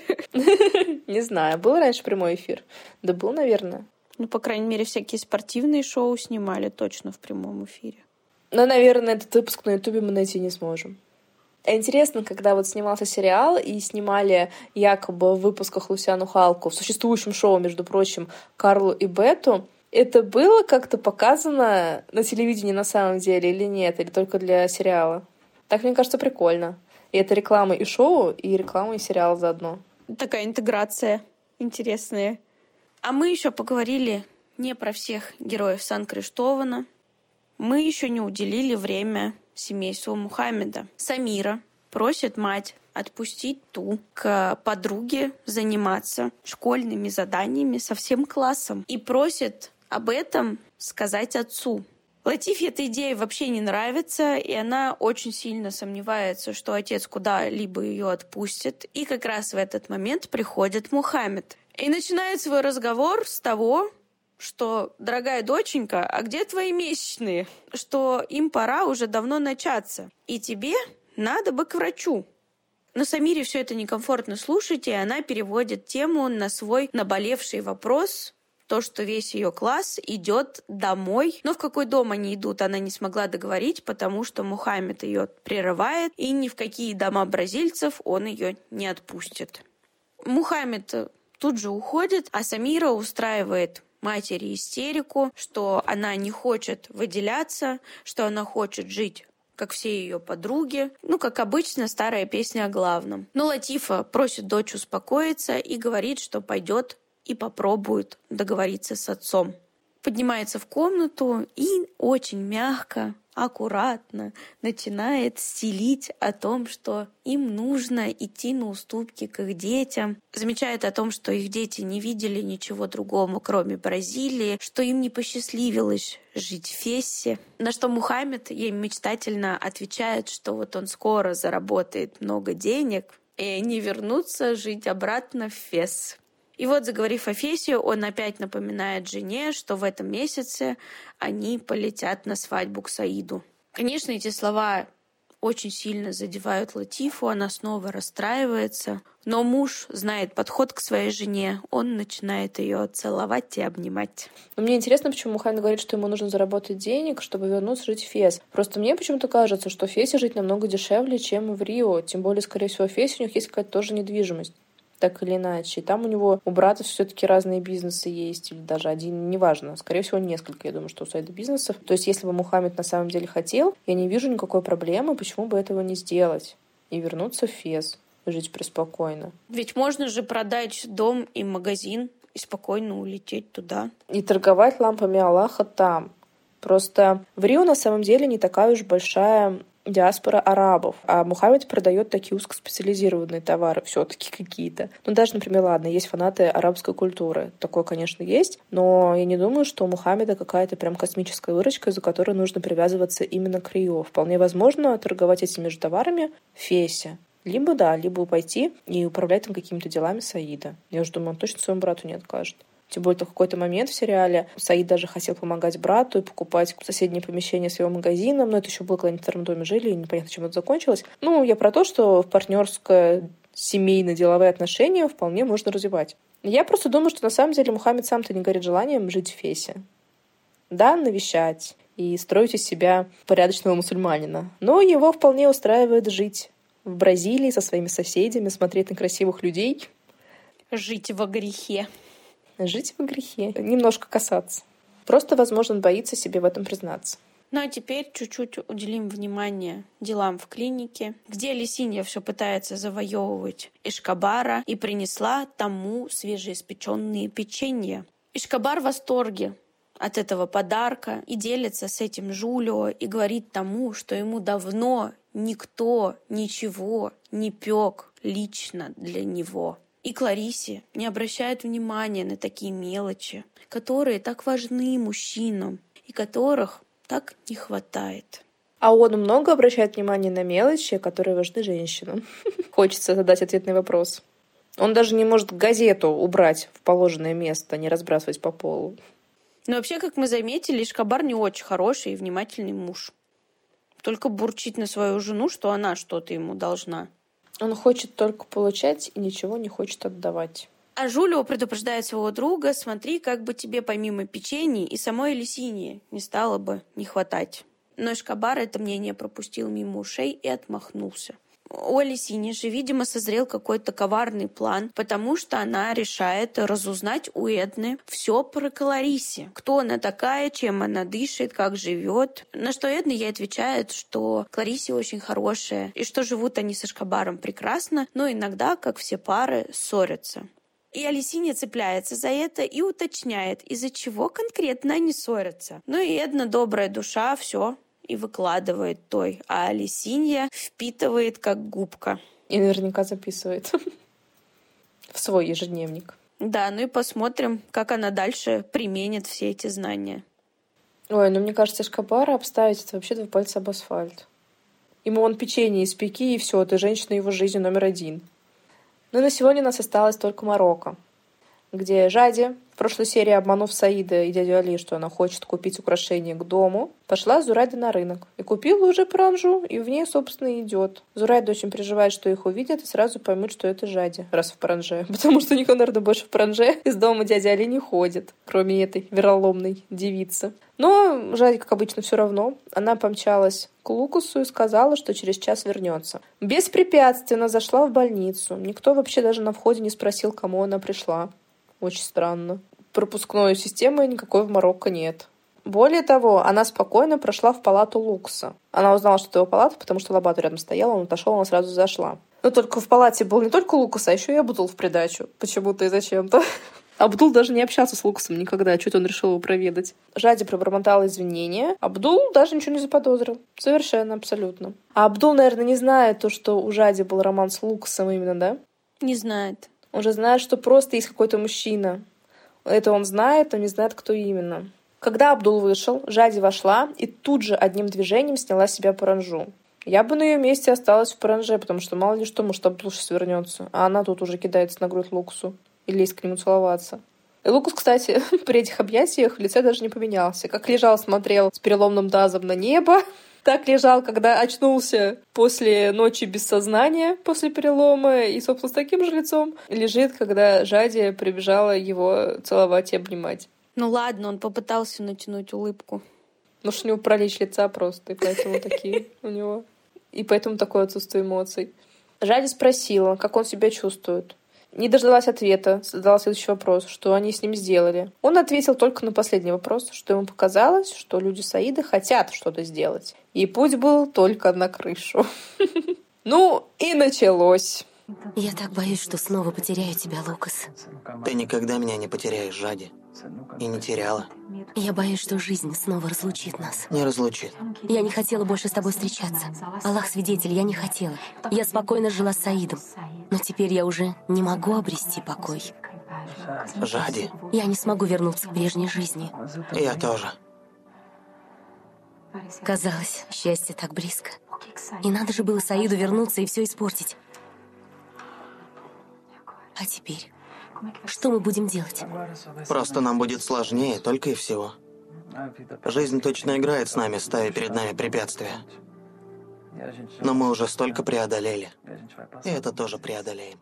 Не знаю, был раньше прямой эфир? Да был, наверное. Ну, по крайней мере, всякие спортивные шоу снимали точно в прямом эфире. Но, наверное, этот выпуск на Ютубе мы найти не сможем. Интересно, когда вот снимался сериал и снимали якобы в выпусках Лусиану Халку, в существующем шоу, между прочим, Карлу и Бету, это было как-то показано на телевидении на самом деле или нет? Или только для сериала? Так, мне кажется, прикольно. И это реклама и шоу, и реклама и сериал заодно. Такая интеграция интересная. А мы еще поговорили не про всех героев Сан-Криштована. Мы еще не уделили время семейству Мухаммеда. Самира просит мать отпустить ту к подруге заниматься школьными заданиями со всем классом. И просит об этом сказать отцу. Латифе эта идея вообще не нравится, и она очень сильно сомневается, что отец куда-либо ее отпустит. И как раз в этот момент приходит Мухаммед. И начинает свой разговор с того, что, дорогая доченька, а где твои месячные? Что им пора уже давно начаться. И тебе надо бы к врачу. Но Самире все это некомфортно слушать, и она переводит тему на свой наболевший вопрос. То, что весь ее класс идет домой. Но в какой дом они идут, она не смогла договорить, потому что Мухаммед ее прерывает, и ни в какие дома бразильцев он ее не отпустит. Мухаммед тут же уходит, а Самира устраивает матери истерику, что она не хочет выделяться, что она хочет жить как все ее подруги. Ну, как обычно, старая песня о главном. Но Латифа просит дочь успокоиться и говорит, что пойдет и попробует договориться с отцом. поднимается в комнату и очень мягко, аккуратно начинает стелить о том, что им нужно идти на уступки к их детям. Замечает о том, что их дети не видели ничего другого, кроме Бразилии, что им не посчастливилось жить в Фессе. На что Мухаммед ей мечтательно отвечает, что вот он скоро заработает много денег, и они вернутся жить обратно в Фес. И вот, заговорив о Фесе, он опять напоминает жене, что в этом месяце они полетят на свадьбу к Саиду. Конечно, эти слова очень сильно задевают Латифу, она снова расстраивается, но муж знает подход к своей жене, он начинает ее целовать и обнимать. Но мне интересно, почему Мухаммед говорит, что ему нужно заработать денег, чтобы вернуться жить в Фес. Просто мне почему-то кажется, что в Фесе жить намного дешевле, чем в Рио. Тем более, скорее всего, в Фесе у них есть какая-то тоже недвижимость. Так или иначе. И там у него, у брата все-таки разные бизнесы есть, или даже один, неважно. Скорее всего, несколько, я думаю, что у Саида бизнесов. То есть, если бы Мухаммед на самом деле хотел, я не вижу никакой проблемы, почему бы этого не сделать. И вернуться в Фес, жить преспокойно. Ведь можно же продать дом и магазин и спокойно улететь туда. И торговать лампами Аллаха там. Просто в Рио на самом деле не такая уж большая диаспора арабов, а Мухаммед продает такие узкоспециализированные товары все-таки какие-то. Ну, даже, например, ладно, есть фанаты арабской культуры. Такое, конечно, есть, но я не думаю, что у Мухаммеда какая-то прям космическая выручка, за которой нужно привязываться именно к Рио. Вполне возможно торговать этими же товарами в Фесе. Либо, да, либо пойти и управлять там какими-то делами Саида. Я уже думаю, он точно своему брату не откажет. Тем более, в какой-то момент в сериале Саид даже хотел помогать брату и покупать соседнее помещение своего магазина. Но это еще было, когда они в втором доме жили, и непонятно, чем это закончилось. Ну, я про то, что партнерское, семейно-деловые отношения вполне можно развивать. Я просто думаю, что на самом деле Мухаммед сам-то не горит желанием жить в Фесе. Да, навещать и строить из себя порядочного мусульманина. Но его вполне устраивает жить в Бразилии со своими соседями, смотреть на красивых людей. Жить во грехе. Жить во грехе. Немножко касаться. Просто, возможно, он боится себе в этом признаться. Ну а теперь чуть-чуть уделим внимание делам в клинике, где Лисинья все пытается завоевывать Эшкобара и принесла тому свежеиспеченные печенья. Эшкобар в восторге от этого подарка и делится с этим Жулио и говорит тому, что ему давно никто ничего не пек лично для него. И Кларисе не обращает внимания на такие мелочи, которые так важны мужчинам и которых так не хватает. А он много обращает внимания на мелочи, которые важны женщинам. Хочется задать ответный вопрос. Он даже не может газету убрать в положенное место, не разбрасывать по полу. Но вообще, как мы заметили, Эшкобар не очень хороший и внимательный муж. Только бурчит на свою жену, что она что-то ему должна. Он хочет только получать и ничего не хочет отдавать. А Жулио предупреждает своего друга: смотри, как бы тебе помимо печенья и самой Лисиньи не стало бы не хватать. Но Эшкобар это мнение пропустил мимо ушей и отмахнулся. У Лисиньи же, видимо, созрел какой-то коварный план, потому что она решает разузнать у Эдны все про Кларисе. Кто она такая, чем она дышит, как живет. На что Эдна ей отвечает, что Кларисе очень хорошая, и что живут они с Эшкобаром прекрасно, но иногда, как все пары, ссорятся. И Алисинья цепляется за это и уточняет, из-за чего конкретно они ссорятся. Ну и Эдна, добрая душа, все и выкладывает той, а Алисинья впитывает как губка. И наверняка записывает в свой ежедневник. Да, ну и посмотрим, как она дальше применит все эти знания. Ой, ну мне кажется, Эшкобара обставить это вообще два пальца об асфальт. Ему вон печенье испеки, и все, ты женщина его жизни номер один. Ну и на сегодня у нас осталось только Марокко, где Жади, в прошлой серии обманув Саида и дядю Али, что она хочет купить украшения к дому, пошла с Зурайдой на рынок и купила уже паранджу, и в ней, собственно, и идет. Зурайда очень переживает, что их увидят, и сразу поймут, что это Жади, раз в паранже. Потому что никто, наверное, больше в паранже из дома дяди Али не ходит, кроме этой вероломной девицы. Но Жади, как обычно, все равно. Она помчалась к Лукасу и сказала, что через час вернется. Беспрепятственно зашла в больницу. Никто вообще даже на входе не спросил, к кому она пришла. Очень странно. Пропускной системы никакой в Марокко нет. Более того, она спокойно прошла в палату Лукаса. Она узнала, что это его палата, потому что Лобату рядом стояла, он отошел, она сразу зашла. Но только в палате был не только Лукас, а еще и Абдул в придачу. Почему-то и зачем-то. Абдул даже не общался с Лукасом никогда, что-то он решил его проведать. Жади пробормотала извинения. Абдул даже ничего не заподозрил. Совершенно, абсолютно. А Абдул, наверное, не знает то, что у Жади был роман с Лукасом именно, да? Не знает. Он же знает, что просто есть какой-то мужчина. Это он знает, но не знает, кто именно. Когда Абдул вышел, Жади вошла и тут же одним движением сняла с себя паранджу. Я бы на ее месте осталась в паранже, потому что мало ли что, может, Абдул сейчас вернется, а она тут уже кидается на грудь Лукасу и лезть к нему целоваться. И Лукас, кстати, при этих объятиях в лице даже не поменялся. Как лежал, смотрел с переломным тазом на небо, так лежал, когда очнулся после ночи без сознания, после перелома, и, собственно, с таким же лицом лежит, когда Жади прибежала его целовать и обнимать. Ну ладно, он попытался натянуть улыбку. Может, у него паралич лица просто, и поэтому такие у него. И поэтому такое отсутствие эмоций. Жади спросила, как он себя чувствует. Не дождалась ответа, задала следующий вопрос, что они с ним сделали. Он ответил только на последний вопрос, что ему показалось, что люди Саида хотят что-то сделать. И путь был только на крышу. Ну, и началось. Я так боюсь, что снова потеряю тебя, Лукас. Ты никогда меня не потеряешь, Жади. И не теряла. Я боюсь, что жизнь снова разлучит нас. Не разлучит. Я не хотела больше с тобой встречаться. Аллах свидетель, я не хотела. Я спокойно жила с Саидом. Но теперь я уже не могу обрести покой. Жади. Я не смогу вернуться к прежней жизни. Я тоже. Казалось, счастье так близко. И надо же было Саиду вернуться и все испортить. А теперь? Что мы будем делать? Просто нам будет сложнее, только и всего. Жизнь точно играет с нами, ставя перед нами препятствия. Но мы уже столько преодолели. И это тоже преодолеем.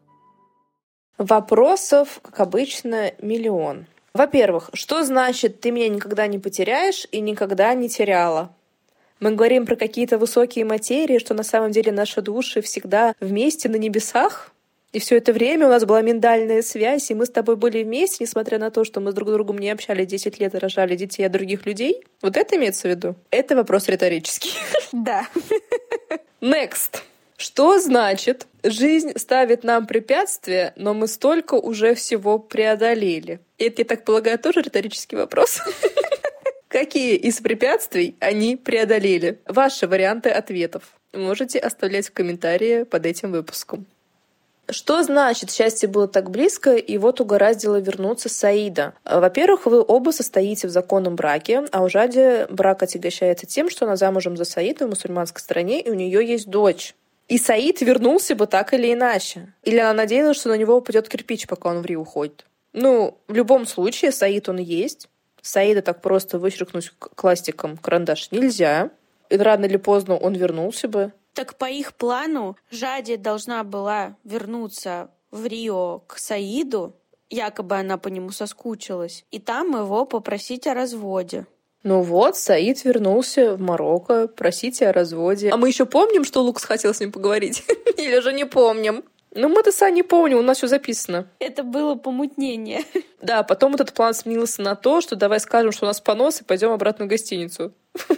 Вопросов, как обычно, миллион. Во-первых, что значит «ты меня никогда не потеряешь» и «никогда не теряла»? Мы говорим про какие-то высокие материи, что на самом деле наши души всегда вместе на небесах? И все это время у нас была миндальная связь, и мы с тобой были вместе, несмотря на то, что мы с друг другом не общались десять лет и рожали детей от других людей? Вот это имеется в виду? Это вопрос риторический. Да. Next. Что значит «жизнь ставит нам препятствия, но мы столько уже всего преодолели»? Это, я так полагаю, тоже риторический вопрос. Какие из препятствий они преодолели? Ваши варианты ответов можете оставлять в комментарии под этим выпуском. Что значит «счастье было так близко, и вот угораздило вернуться Саида»? Во-первых, вы оба состоите в законном браке, а у Жади брак отягощается тем, что она замужем за Саидом в мусульманской стране, и у нее есть дочь. И Саид вернулся бы так или иначе. Или она надеялась, что на него упадет кирпич, пока он в Рио уходит. Ну, в любом случае, Саид он есть. Саида так просто вычеркнуть кластиком карандаш нельзя. И рано или поздно он вернулся бы. Так по их плану Жади должна была вернуться в Рио к Саиду, якобы она по нему соскучилась, и там его попросить о разводе. Ну вот, Саид вернулся в Марокко просить о разводе. А мы еще помним, что Лукас хотел с ним поговорить? Или же не помним? Ну, мы-то сами не помним, у нас все записано. Это было помутнение. Да, потом этот план сменился на то, что давай скажем, что у нас понос, и пойдем обратно в гостиницу.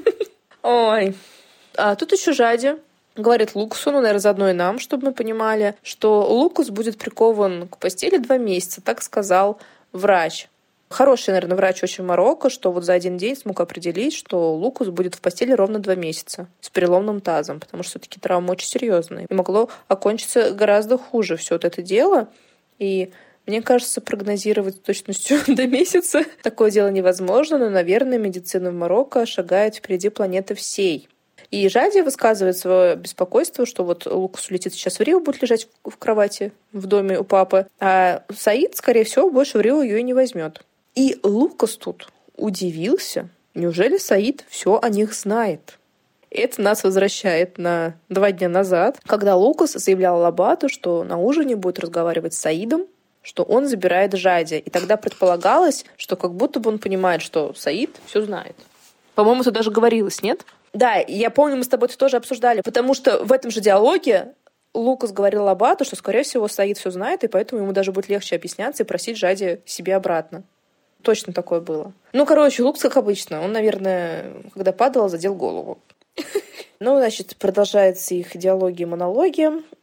Ой. А тут еще Жади говорит Лукасу, ну, наверное, заодно и нам, чтобы мы понимали, что Лукас будет прикован к постели два месяца, так сказал врач. Хороший, наверное, врач очень в Марокко, что вот за один день смог определить, что Лукас будет в постели ровно два месяца с переломным тазом, потому что все-таки травма очень серьезная. И могло окончиться гораздо хуже все вот это дело. И мне кажется, прогнозировать с точностью до месяца такое дело невозможно, но, наверное, медицина в Марокко шагает впереди планеты всей. И Жади высказывает свое беспокойство, что вот Лукас улетит сейчас в Рио, будет лежать в кровати в доме у папы, а Саид, скорее всего, больше в Рио ее и не возьмет. И Лукас тут удивился. Неужели Саид все о них знает? Это нас возвращает на два дня назад, когда Лукас заявлял Лабату, что на ужине будет разговаривать с Саидом, что он забирает Жади. И тогда предполагалось, что как будто бы он понимает, что Саид все знает. По-моему, это даже говорилось, нет? Да, я помню, мы с тобой это тоже обсуждали, потому что в этом же диалоге Лукас говорил Лабату, что, скорее всего, Саид все знает, и поэтому ему даже будет легче объясняться и просить Жади себе обратно. Точно такое было. Ну, короче, Лукас, как обычно, он, наверное, когда падал, задел голову. Ну, значит, продолжается их диалоги и монологи.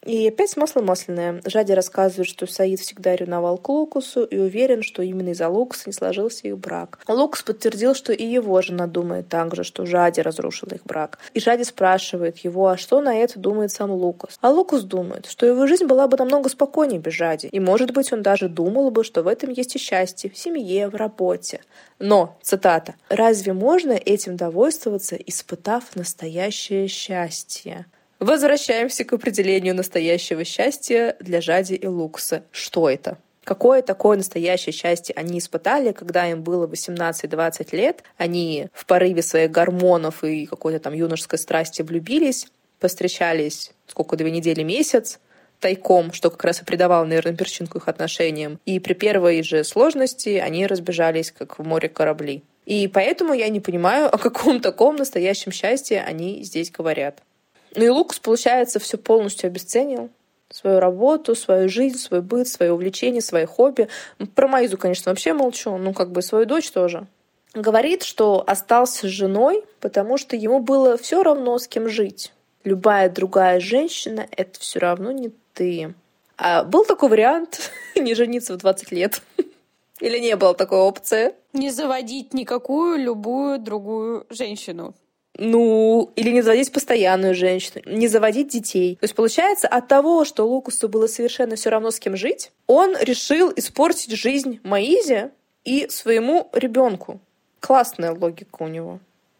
И опять масло масляное. Жади рассказывает, что Саид всегда ревновал к Лукасу и уверен, что именно из-за Лукаса не сложился их брак. Лукас подтвердил, что и его жена думает так же, что Жади разрушила их брак. И Жади спрашивает его, а что на это думает сам Лукас. А Лукас думает, что его жизнь была бы намного спокойнее без Жади. И, может быть, он даже думал бы, что в этом есть и счастье, в семье, в работе. Но, цитата, «разве можно этим довольствоваться, испытав настоящее счастье?» Возвращаемся к определению настоящего счастья для Жади и Лукаса. Что это? Какое такое настоящее счастье они испытали, когда им было восемнадцать-двадцать лет, они в порыве своих гормонов и какой-то там юношеской страсти влюбились, повстречались сколько, две недели, месяц, тайком, что как раз и придавало, наверное, перчинку их отношениям. И при первой же сложности они разбежались, как в море корабли. И поэтому я не понимаю, о каком таком настоящем счастье они здесь говорят. Ну и Лукас, получается, все полностью обесценил. Свою работу, свою жизнь, свой быт, свое увлечение, свои хобби. Про Маизу, конечно, вообще молчу, ну как бы свою дочь тоже. Говорит, что остался с женой, потому что ему было все равно, с кем жить. Любая другая женщина — это все равно не ты. А был такой вариант не жениться в двадцать лет? Или не было такой опции? Не заводить никакую, любую другую женщину. Ну, или не заводить постоянную женщину, не заводить детей. То есть, получается, от того, что Лукасу было совершенно все равно, с кем жить, он решил испортить жизнь Маизе и своему ребенку. Классная логика у него.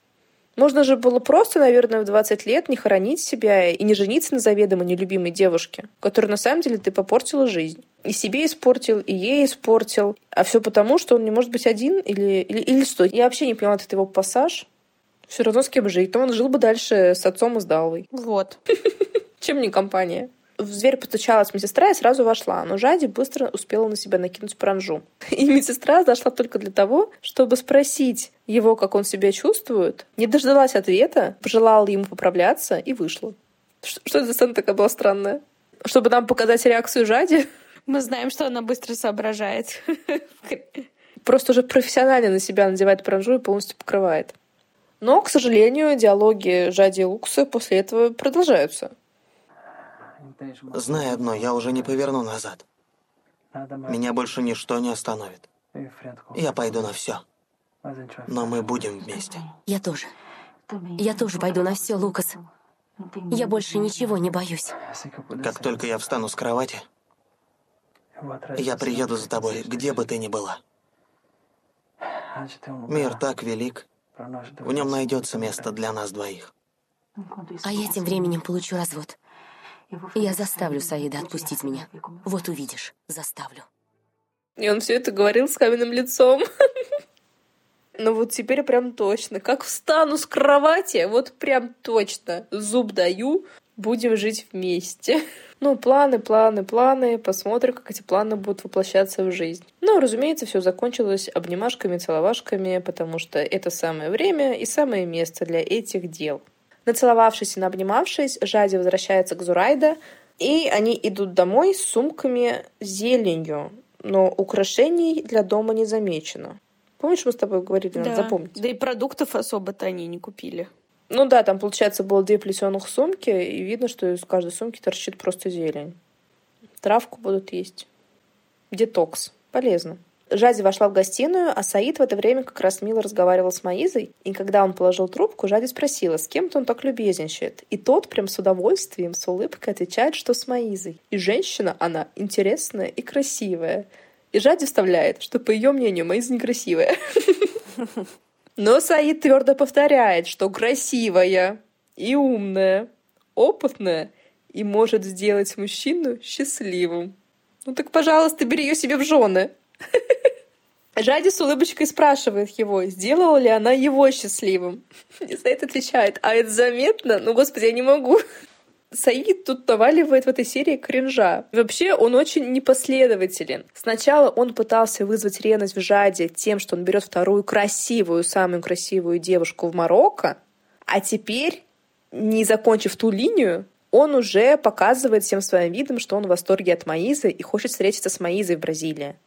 Можно же было просто, наверное, в двадцать лет не хоронить себя и не жениться на заведомо нелюбимой девушке, которой на самом деле ты попортила жизнь. И себе испортил, и ей испортил. А все потому, что он не может быть один или, или, или что? Я вообще не поняла этот его пассаж. Все равно с кем жить. То он жил бы дальше с отцом и с Далвой. Вот. Чем не компания? В дверь постучалась медсестра и сразу вошла, но Жади быстро успела на себя накинуть паранджу. И медсестра зашла только для того, чтобы спросить его, как он себя чувствует, не дождалась ответа, пожелала ему поправляться и вышла. Что, что это за сцена такая была странная? Чтобы нам показать реакцию Жади? Мы знаем, что она быстро соображает. Просто уже профессионально на себя надевает паранджу и полностью покрывает. Но, к сожалению, диалоги Жади и Лукаса после этого продолжаются. Знай одно, я уже не поверну назад. Меня больше ничто не остановит. Я пойду на все. Но мы будем вместе. Я тоже. Я тоже пойду на все, Лукас. Я больше ничего не боюсь. Как только я встану с кровати, я приеду за тобой, где бы ты ни была. Мир так велик. В нем найдется место для нас двоих. А я тем временем получу развод. Я заставлю Саида отпустить меня. Вот увидишь, заставлю. И он все это говорил с каменным лицом. Но вот теперь прям точно. Как встану с кровати, вот прям точно. Зуб даю, будем жить вместе. Ну, планы, планы, планы. Посмотрим, как эти планы будут воплощаться в жизнь. Ну, разумеется, все закончилось обнимашками, целовашками, потому что это самое время и самое место для этих дел. Нацеловавшись и наобнимавшись, Жади возвращается к Зурайда, и они идут домой с сумками с зеленью, но украшений для дома не замечено. Помнишь, мы с тобой говорили, да. Надо запомнить? Да и продуктов особо-то они не купили. Ну да, там, получается, было две плетеных сумки, и видно, что из каждой сумки торчит просто зелень. Травку будут есть. Детокс. Полезно. Жади вошла в гостиную, а Саид в это время как раз мило разговаривал с Маизой, и когда он положил трубку, Жади спросила, с кем-то он так любезничает. И тот прям с удовольствием, с улыбкой отвечает, что с Маизой. И женщина, она интересная и красивая. И Жади вставляет, что, по ее мнению, Маиза некрасивая. Но Саид твердо повторяет, что красивая и умная, опытная и может сделать мужчину счастливым. Ну так, пожалуйста, бери ее себе в жены. Жади с улыбочкой спрашивает его, сделала ли она его счастливым. И Саид отвечает, а это заметно? Ну, господи, я не могу. Саид тут наваливает в этой серии кринжа. Вообще, он очень непоследователен. Сначала он пытался вызвать ревность в Жаде тем, что он берет вторую красивую, самую красивую девушку в Марокко, а теперь, не закончив ту линию, он уже показывает всем своим видом, что он в восторге от Маизы и хочет встретиться с Маизой в Бразилии.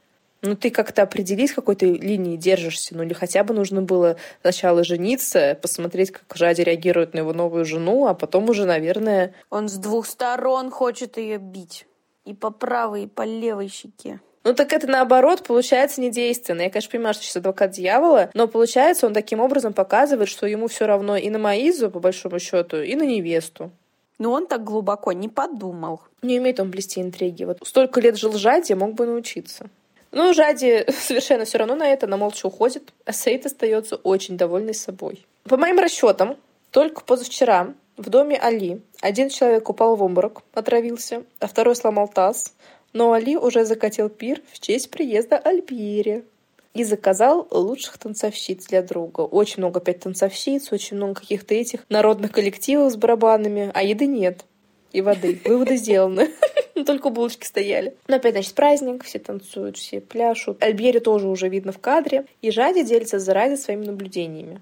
Ну, ты как-то определись, какой ты линии держишься. Ну, или хотя бы нужно было сначала жениться, посмотреть, как Жади реагирует на его новую жену, а потом уже, наверное... Он с двух сторон хочет ее бить. И по правой, и по левой щеке. Ну, так это, наоборот, получается недейственно. Я, конечно, понимаю, что сейчас адвокат дьявола, но, получается, он таким образом показывает, что ему все равно и на Маизу, по большому счету, и на невесту. Но он так глубоко не подумал. Не умеет он плести интриги. Вот столько лет жил Жади, мог бы научиться. Ну, Жади совершенно все равно на это, она молча уходит, а Саид остается очень довольный собой. По моим расчетам, только позавчера в доме Али один человек упал в обморок, отравился, а второй сломал таз, но Али уже закатил пир в честь приезда Альбери и заказал лучших танцовщиц для друга. Очень много опять танцовщиц, очень много каких-то этих народных коллективов с барабанами, а еды нет. И воды. Выводы сделаны. Только булочки стояли. Но опять, значит, праздник, все танцуют, все пляшут. Альбери тоже уже видно в кадре. И Жади делится с Зурайдой своими наблюдениями.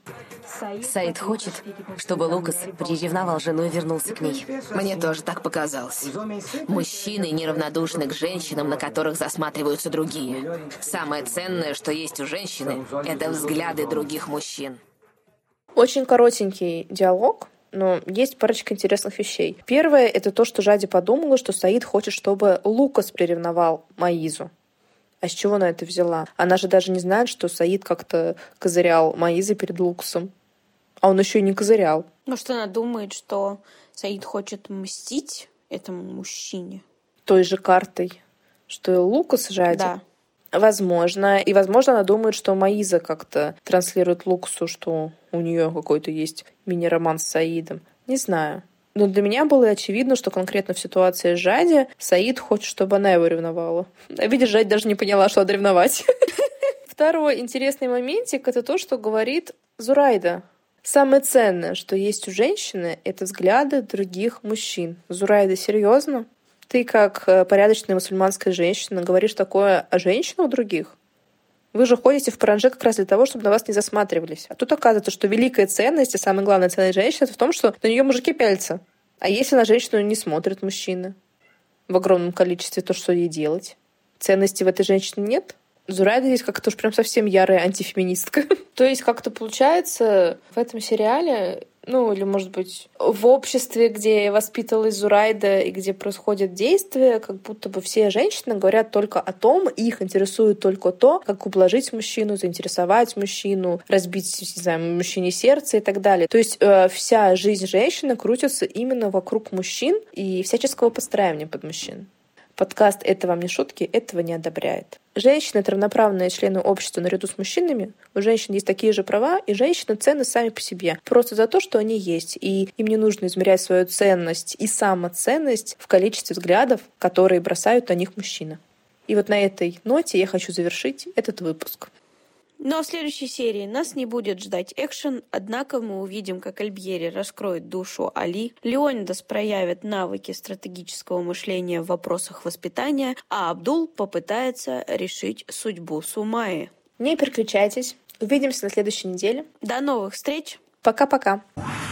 Саид хочет, чтобы Лукас приревновал жену и вернулся к ней. Мне тоже так показалось. Мужчины неравнодушны к женщинам, на которых засматриваются другие. Самое ценное, что есть у женщины, это взгляды других мужчин. Очень коротенький диалог, но есть парочка интересных вещей. Первое — это то, что Жади подумала, что Саид хочет, чтобы Лукас приревновал Маизу. А с чего она это взяла? Она же даже не знает, что Саид как-то козырял Маизой перед Лукасом. А он еще и не козырял. Может, она думает, что Саид хочет мстить этому мужчине? Той же картой, что и Лукас Жади? Да. Возможно. И, возможно, она думает, что Маиза как-то транслирует Лукасу, что у нее какой-то есть мини-роман с Саидом. Не знаю. Но для меня было очевидно, что конкретно в ситуации с Жади Саид хочет, чтобы она его ревновала. А видишь, Жади даже не поняла, что надо ревновать. Второй интересный моментик — это то, что говорит Зурайда. Самое ценное, что есть у женщины, это взгляды других мужчин. Зурайда, серьезно? Ты, как порядочная мусульманская женщина, говоришь такое о женщинах других? Вы же ходите в паранже как раз для того, чтобы на вас не засматривались. А тут оказывается, что великая ценность и самая главная ценность женщины — это в том, что на нее мужики пялятся. А если на женщину не смотрят мужчины в огромном количестве, то что ей делать? Ценности в этой женщине нет? Зурайда здесь как-то уж прям совсем ярая антифеминистка. То есть как-то получается в этом сериале, ну или, может быть, в обществе, где воспитывалась Зурайда и где происходит действие, как будто бы все женщины говорят только о том, их интересует только то, как ублажить мужчину, заинтересовать мужчину, разбить, не знаю, мужчине сердце и так далее. То есть э, вся жизнь женщины крутится именно вокруг мужчин и всяческого подстраивания под мужчин. Подкаст «Это вам не шутки» этого не одобряет. Женщины — это равноправные члены общества наряду с мужчинами. У женщин есть такие же права, и женщины ценны сами по себе. Просто за то, что они есть. И им не нужно измерять свою ценность и самоценность в количестве взглядов, которые бросают на них мужчины. И вот на этой ноте я хочу завершить этот выпуск. Но в следующей серии нас не будет ждать экшен, однако мы увидим, как Альбери раскроет душу Али, Леонидас проявит навыки стратегического мышления в вопросах воспитания, а Абдул попытается решить судьбу Сумаи. Не переключайтесь. Увидимся на следующей неделе. До новых встреч! Пока-пока!